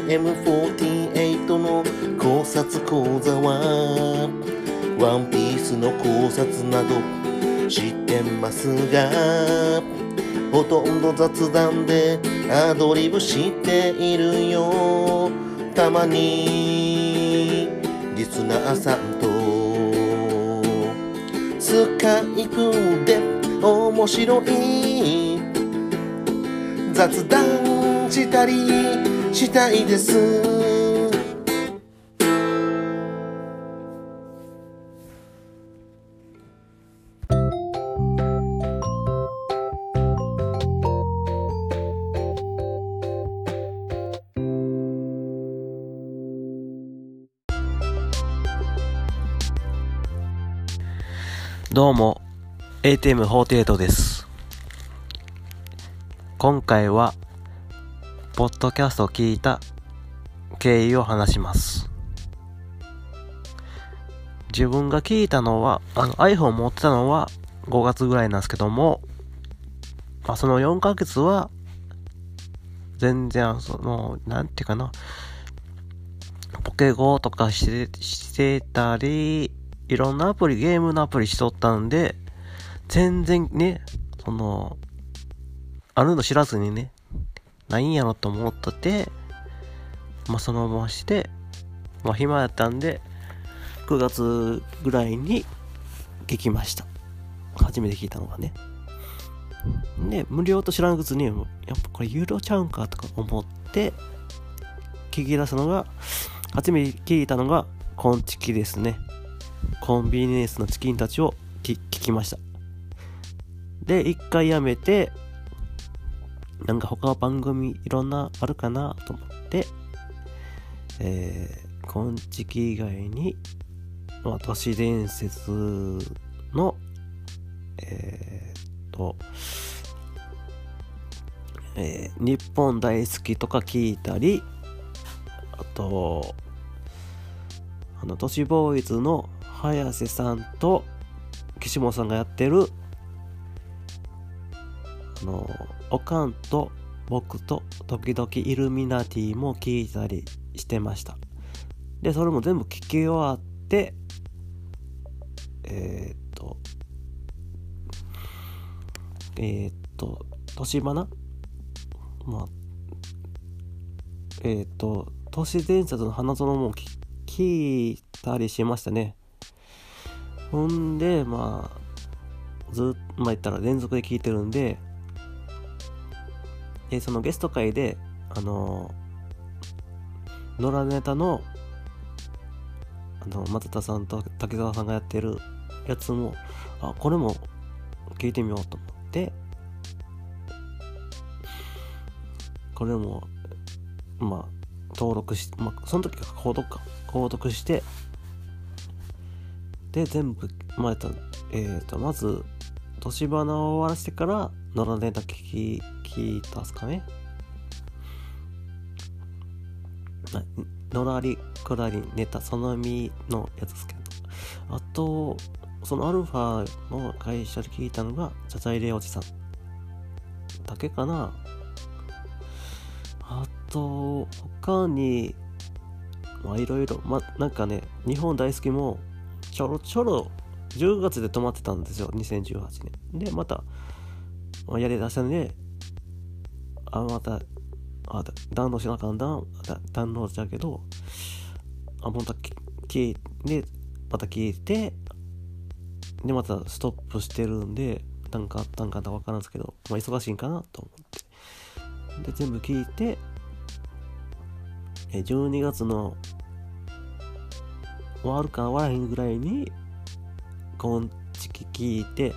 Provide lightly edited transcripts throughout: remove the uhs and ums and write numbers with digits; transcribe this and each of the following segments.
M48 の考察講座はワンピースの考察など知ってますが、ほとんど雑談でアドリブしているよ。たまにリスナーさんとスカイプで面白い雑談したりしたいです。 どうも ATM48 です。今回はポッドキャストを聞いた経緯を話します。自分が聞いたのはiPhone 持ってたのは5月ぐらいなんですけども、その4ヶ月は全然なんていうかな、ポケゴとかしてたり、いろんなゲームのアプリしとったんで、全然ね、あるの知らずにね、ないんやろと思ってて、そのままして、暇やったんで、9月ぐらいに聞きました。初めて聞いたのがね。で、無料と知らんくつに、やっぱこれ有料ちゃうんかとか思って、聞き出すのが、初めて聞いたのが、コンチキですね。コンビニエンスのチキンたちを聞きました。で、一回やめて、他番組いろんなあるかなと思って、コンチキ以外に、都市伝説の、日本大好きとか聞いたり、あと、都市ボーイズの早瀬さんと岸本さんがやってるおかんと僕と時々イルミナティも聞いたりしてました。でそれも全部聞き終わって都市花都市伝説の花園も聞いたりしましたね。ほんでずっと言ったら連続で聞いてるんで、そのゲスト会で野良ネタの松田さんと滝沢さんがやってるやつもこれも聞いてみようと思って、これも登録しその時は購読してで全部まず年花を終わらせてから野良ネタ聞いたっすかね。のらりくらりネタそのみのやつですけど、あとそのアルファの会社で聞いたのがチャチャイレおじさんだけかな。あと他にいろいろ日本大好きもちょろちょろ10月で止まってたんですよ、2018年でまたやりだしたんでまたダウンロードしなあかんダウンロードしちゃうけどまた聞いてでまたストップしてるんでなんかあったんかな分からんすけど、忙しいんかなと思ってで全部聞いて12月の終わるか終わらへんぐらいにコンチキ聞いて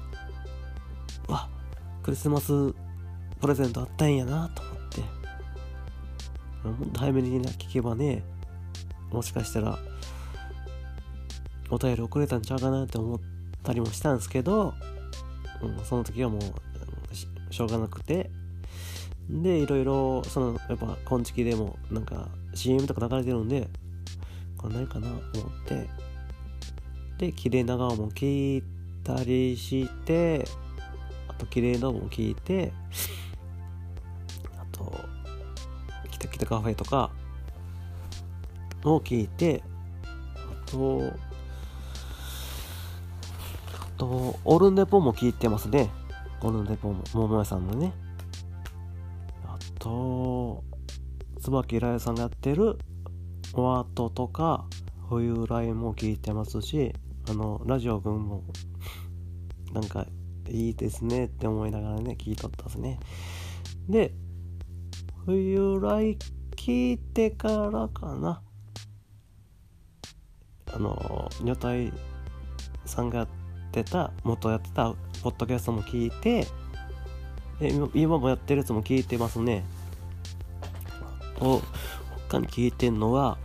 クリスマスプレゼントあったんやなと思って、もっと早めに聞けばね、もしかしたらお便り送れたんちゃうかなって思ったりもしたんですけど、その時はもうしょうがなくて、でいろいろやっぱコンチキでもCM とか流れてるんでこれ何かなと思ってで綺麗な顔も聞いたりして、あと綺麗な顔も聞いて、あとキタキタカフェとかを聞いて、あとオルネポも聞いてますね。オルネポも桃屋さんのね。あと椿ライさんがやってるおアートとか冬ライも聞いてますし、ラジオ君もなんかいいですねって思いながらね聞いとったですね。で冬来聞いてからかな、女体さんが元やってたポッドキャストも聞いて、今もやってるやつも聞いてますね。他に聞いてんのは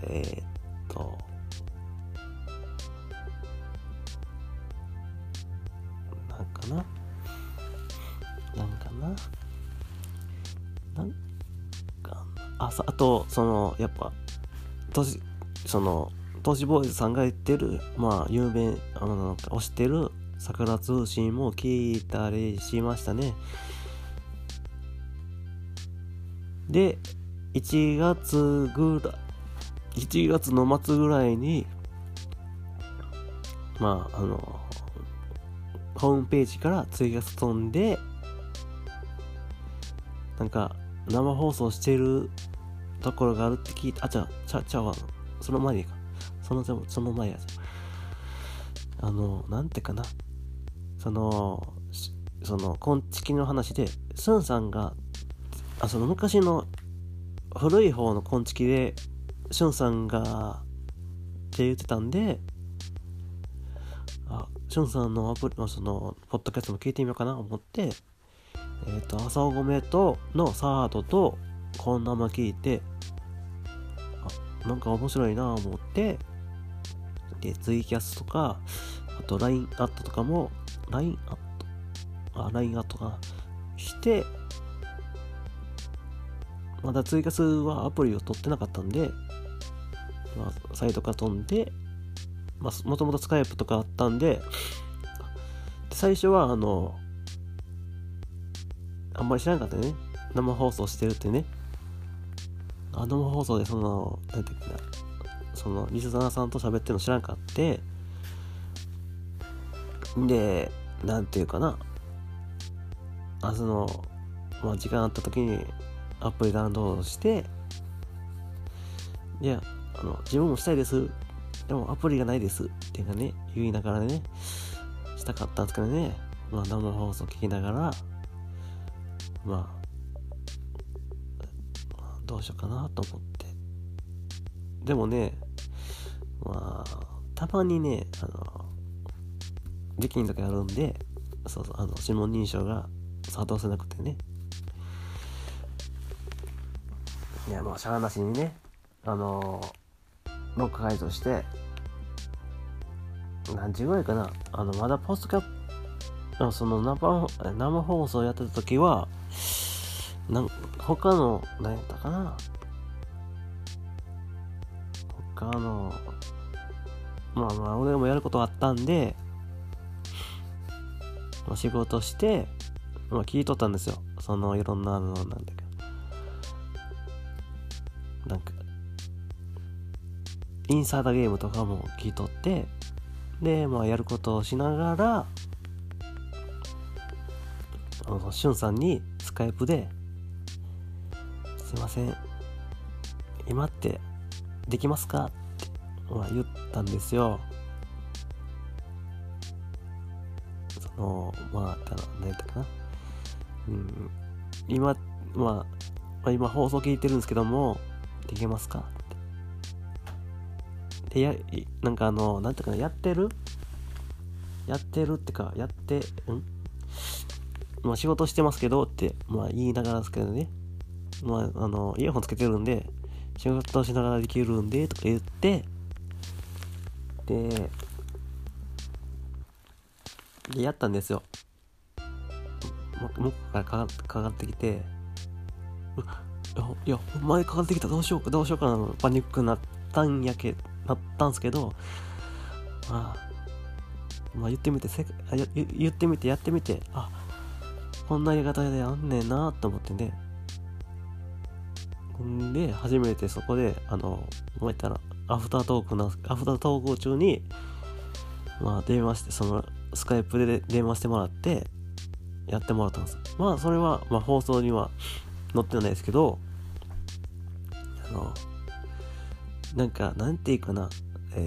あとやっぱ都市ボーイズさんが言ってる有名推してる桜通信も聞いたりしましたね。で1月の末ぐらいにホームページからツイキャス飛んでなんか生放送してるところがあるって聞いて、その前やなんてかな、こんちきの話でスンさんが昔の古い方のこんちきでシュンさんがって言ってたんで、シュンさんのポッドキャストも聞いてみようかなと思って、朝ごめとのサードとこんなま聞いて、なんか面白いなと思って、でツイキャスとかあと LINE アットとかも LINE アットかして、まだツイキャスはアプリを取ってなかったんで、サイトから飛んで、もともとスカイプとかあったんで、最初はあんまり知らなかったね、生放送してるってね。生放送でリスナーさんと喋ってるの知らんかって、でなんていうかな、時間あった時にアプリダウンロードして、いや自分もしたいです、でもアプリがないですっていうかね言いながらねしたかったんですけどね、生放送聞きながらどうしようかなと思って、でもねたまにねできん時あるんで、指紋認証が作動せなくてね、いやしゃあなしにねロック解除して何時ぐらいかな、まだポストキャ生放送やってた時は他の何やったかな、俺もやることあったんで、仕事して、聞いとったんですよ。いろんななんだけど、なんかインサイダーゲームとかも聞いとって、でやることをしながらしゅんさんにスカイプで、すいません今ってできますかって言ったんですよ。何やったかな、今放送聞いてるんですけどもできますかって、でなんていうかな、やってるってか仕事してますけどって言いながらですけどね、イヤホンつけてるんで仕事しながらできるんでとか言って、でやったんですよ。向こうからかかってきて、いやほんまにかかってきた、どうしようかなパニックになったんすけど、言ってみてやってみて、こんなやり方でやんねんなと思ってね。 で初めてそこでもうやったらアフタートーク中に電話して、そのスカイプで電話してもらってやってもらったんです。それは放送には載ってないですけど、なんていうかな、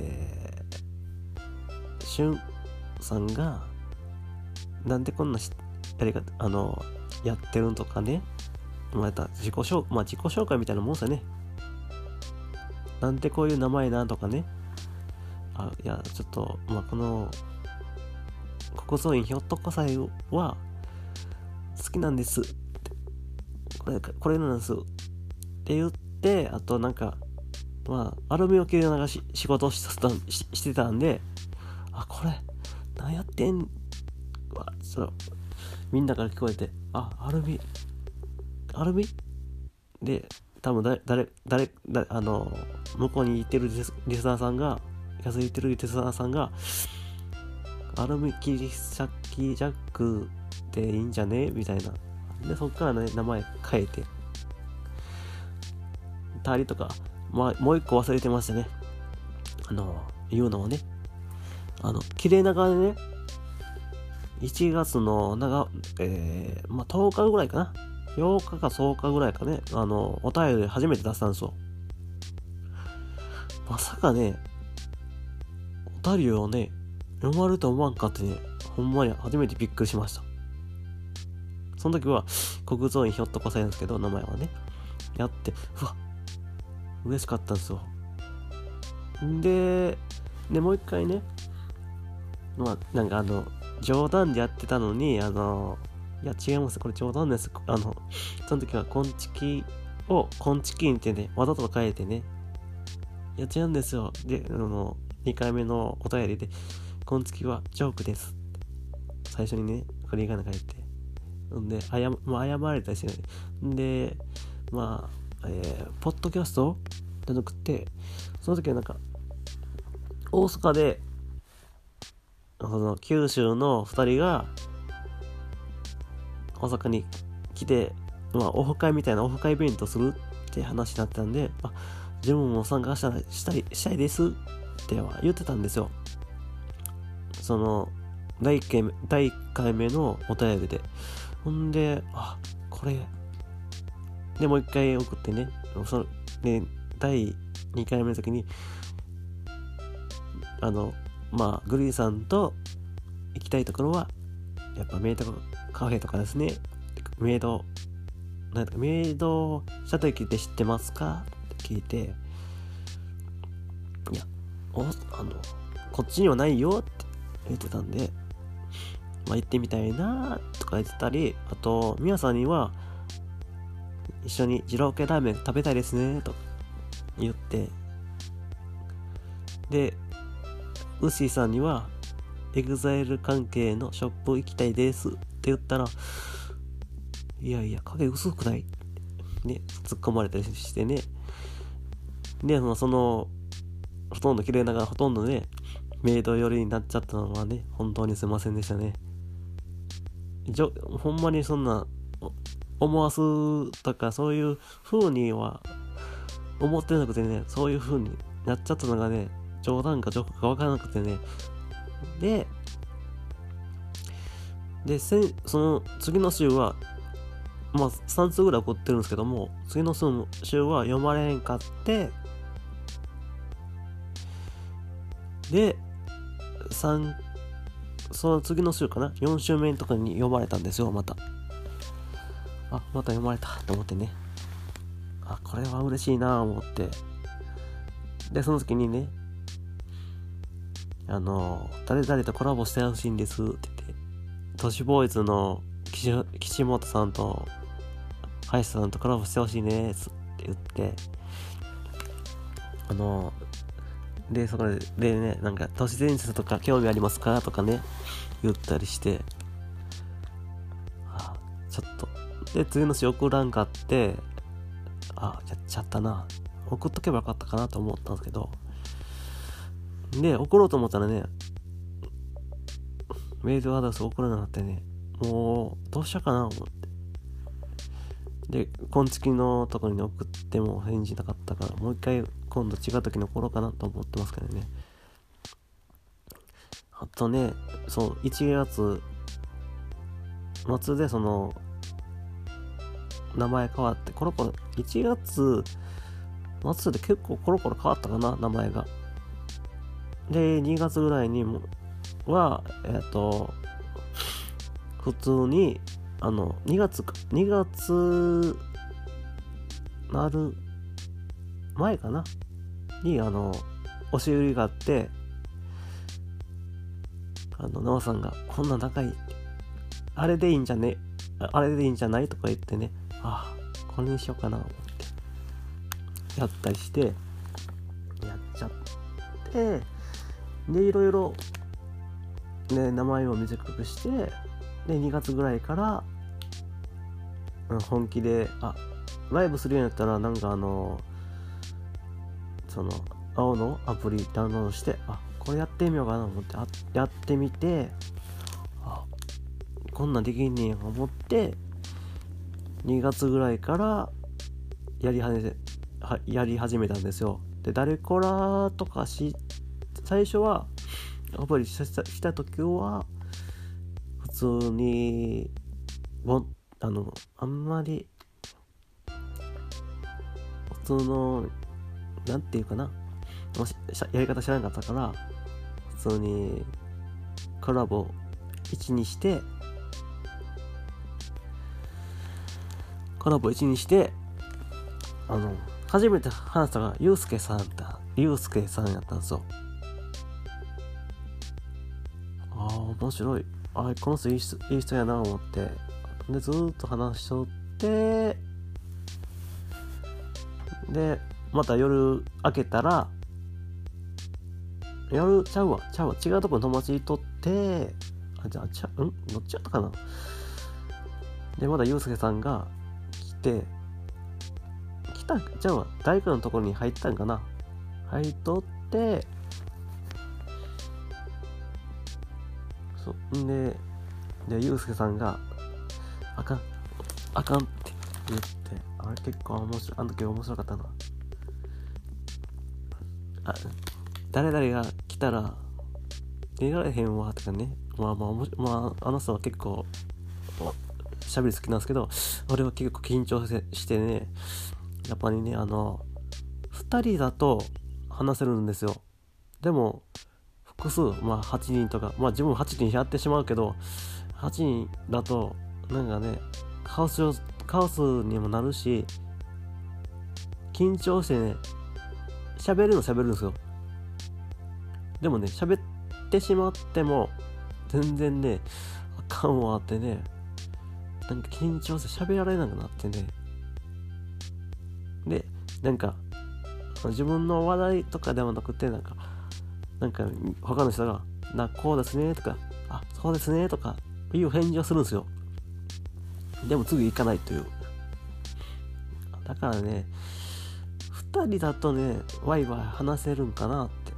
しゅんさんがなんでこんなやり方やってるんとかね、自己紹介みたいなもんさね。なんでこういう名前なんとかね、ちょっとこの国葬院ひょっとこ祭は好きなんですって、これなんですって言って、あとアルミを切りながら仕事をしてたんで、これ何やってんみんなから聞こえて、アルミで、多分向こうに行ってるリスナーさんがアルミ切り裂きジャックでいいんじゃねみたいな。でそっからね、名前変えてたりとか、もう一個忘れてましたね、言うのをね、綺麗な顔でね、1月の10日ぐらいかな、8日か10日ぐらいかね、お便りで初めて出したんですよ。まさかね、お便りをね読まれると思わんかってね、ほんまに初めてびっくりしました。その時は国葬院ひょっとこさんですけど、名前はねやって、嬉しかったんですよ。でもう一回ね、冗談でやってたのに、いや違います、これ冗談です。その時はコンチキンってね、わざと変えてね、いや違うんですよ。で2回目のお便りで、コンチキはジョークです最初にね振り仮名書いて、で謝られたりしてね、でポッドキャストじゃなくて、その時は大阪で九州の2人が大阪に来て、オフ会みたいなオフ会イベントするって話になったんで、自分も参加したいですっては言ってたんですよ。その第1回目のお便りで。ほんで、これでもう一回送ってね、で第2回目の時にグリーさんと行きたいところはやっぱメイドカフェとかですね。メイドシャトル駅って知ってますかって聞いて、いやこっちにはないよって言ってたんで、行ってみたいなとか言ってたり、あと皆さんには一緒に二郎系ラーメン食べたいですねと言って、でウッシーさんにはエグザイル関係のショップ行きたいですって言ったら、いや影薄くないね、突っ込まれたりしてね。でそのほとんど綺麗ながらほとんどねメイド寄りになっちゃったのはね、本当にすいませんでしたね。ほんまにそんな思わすとかそういう風には思ってなくてね、そういう風になっちゃったのがね、冗談かジョークか分からなくてね。でその次の週は3通ぐらい送ってるんですけども、次の週は読まれへんかって、でその次の週かな、4週目とかに読まれたんですよ。また読まれたと思ってね、これは嬉しいなと思って、でその時にね、誰々とコラボしてほしいんですって言って、都市ボーイズの岸本さんと林さんとコラボしてほしいねって言って、でそこでね、都市伝説とか興味ありますかとかね言ったりして、ちょっとで次の週送らんかって、やっちゃったな、送っとけばよかったかなと思ったんですけど、で送ろうと思ったらね、メールアドレス送らなくなってね、もうどうしようかなと思って、 で今月のところに送っても返事なかったから、もう一回今度違う時の頃かなと思ってますけどね。あとね、そう1月末でその名前変わってコロコロ、1月末で結構コロコロ変わったかな、名前が。で2月ぐらいには普通に2月なる前かなに押し売りがあって、なおさんがこんな高いあれでいいんじゃないとか言ってね、これにしようかなと思ってやったりしてやっちゃって、でいろいろね名前を短くして、で2月ぐらいから、本気でライブするようになったら、なんかその青のアプリダウンロードして、これやってみようかなと思ってやってみて、こんなんできんねんと思って2月ぐらいからやり始めたんですよ。で誰コラとか最初はアプリした時は普通にあんまり普通のなんていうかな、やり方知らなかったから、普通にコラボ1にして初めて話したのがゆうすけさんやったんですよ。面白い、この人いい人やなと思って、でずーっと話しとって、でまた夜明けたら違うところ友達とってどっちやったかな。でまたゆうすけさんが大工のところに入ったんかな、入っとって、でゆうすけさんがあかんって言って、結構面白い、あの時面白かったな。誰々が来たら出られへんわとかね、あの人は結構喋り好きなんですけど、俺は結構緊張してね、やっぱりね2人だと話せるんですよ。でも複数8人とか、自分8人やってしまうけど、8人だとなんかねカオスにもなるし、緊張してね喋るんですよ。でもね喋ってしまっても全然ねあかんわってね、なんか緊張して喋られなくなってね、でなんか自分の話題とかではなくて、なんか他の人がこうですねとかそうですねとかいう返事をするんですよ。でも次行かないという。だからね2人だとねワイワイ話せるんかなって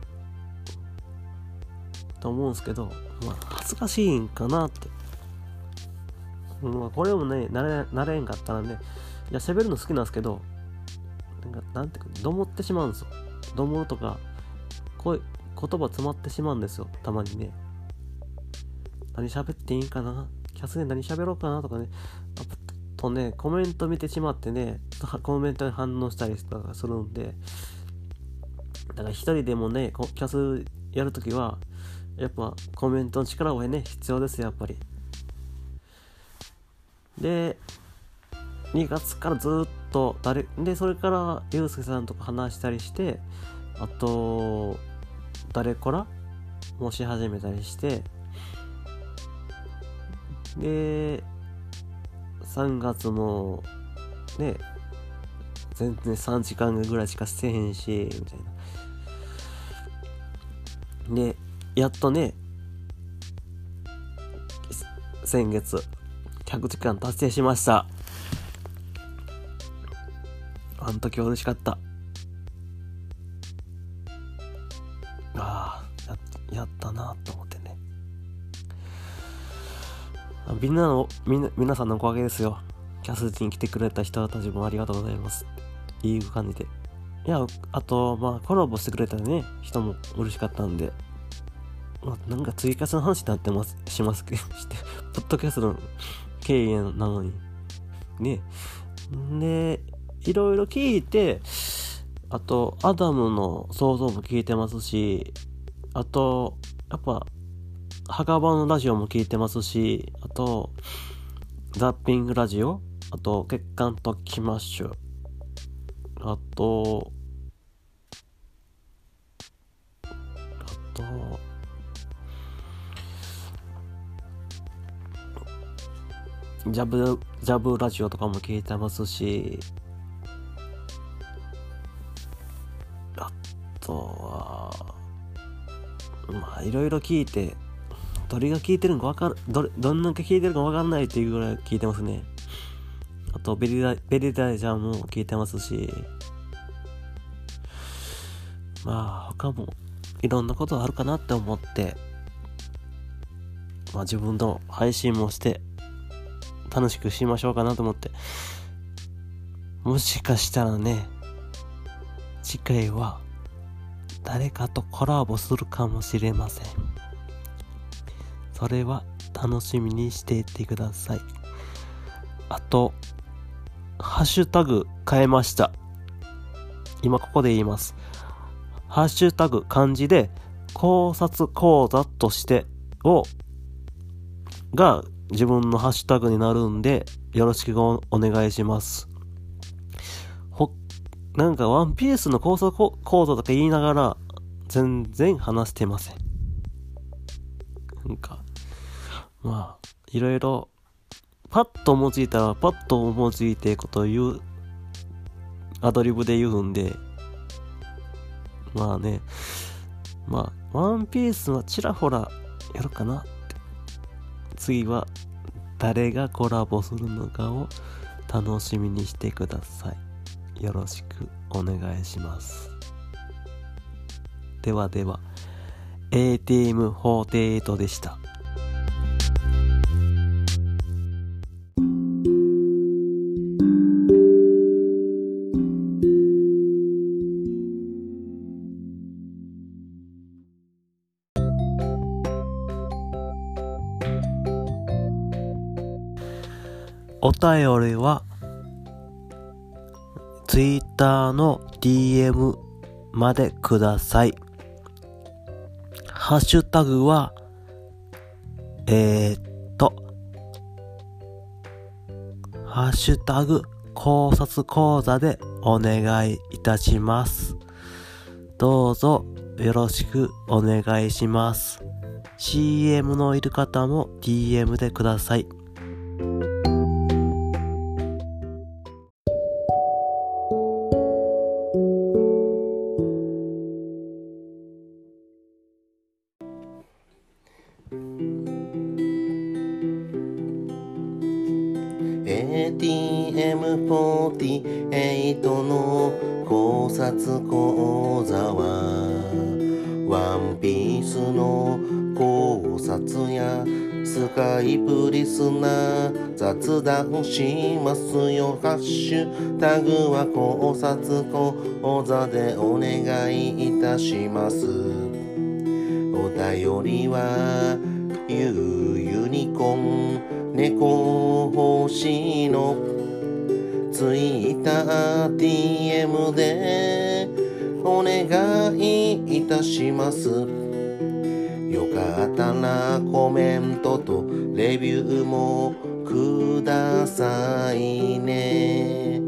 と思うんですけど、恥ずかしいんかなって。これもね慣れんかったらね、喋るの好きなんですけど、なんていうかどもってしまうんですよ。どもるとか言葉詰まってしまうんですよ、たまにね。何喋っていいんかな、キャスで何喋ろうかなとかね、とねコメント見てしまってね、コメントに反応したりとかするんで、だから一人でもねキャスやるときはやっぱコメントの力をね必要ですよ、やっぱり。で2月からずっとそれからゆうすけさんとか話したりして、あと誰コラもし始めたりして、で3月もね全然3時間ぐらいしかせえへんしみたいな。でやっとね先月100時間達成しました。あの時嬉しかった。やったなと思ってね。皆さんのおかげですよ。 キャスに来てくれた人たちもありがとうございますいい感じで、いや、あとコラボしてくれたね人も嬉しかったんで、なんか追加の話になってますしますけどしてポッドキャストの経営なのにね。でいろいろ聞いて、あとアダムの想像も聞いてますし、あとやっぱ墓場のラジオも聞いてますし、あとザッピングラジオ、あと月刊とキマッシュ、あとジャブラジオとかも聞いてますし、あとはいろいろ聞いて、どれが聞いてるのかどんだけ聞いてるか分かんないっていうぐらい聞いてますね。あとベリダイちゃんも聞いてますし、他もいろんなことあるかなって思って、自分の配信もして楽しくしましょうかなと思って、もしかしたらね次回は誰かとコラボするかもしれません。それは楽しみにしていてください。あとハッシュタグ変えました。今ここで言います。ハッシュタグ漢字で考察講座としてが自分のハッシュタグになるんで、よろしくお願いします。なんかワンピースの考察講座とか言いながら全然話してません。なんかいろいろパッと思いついたらパッと思いついてことを言う、アドリブで言うんで、ワンピースはちらほらやるかなって。次は誰がコラボするのかを楽しみにしてください。よろしくお願いします。ではでは ATM48 でした。お便りは Twitter の DM までください。ハッシュタグはハッシュタグ考察講座でお願いいたします。どうぞよろしくお願いします。CM のいる方も DM でください。 ATM48 の考察講座はワンピースの考察やスカイプリスナー雑談しますよ。ハッシュタグは考察講座でお願いいたします。お便りはユニコーン猫星のツイッター DM でお願いいたします。よかったらコメントとレビューもくださいね。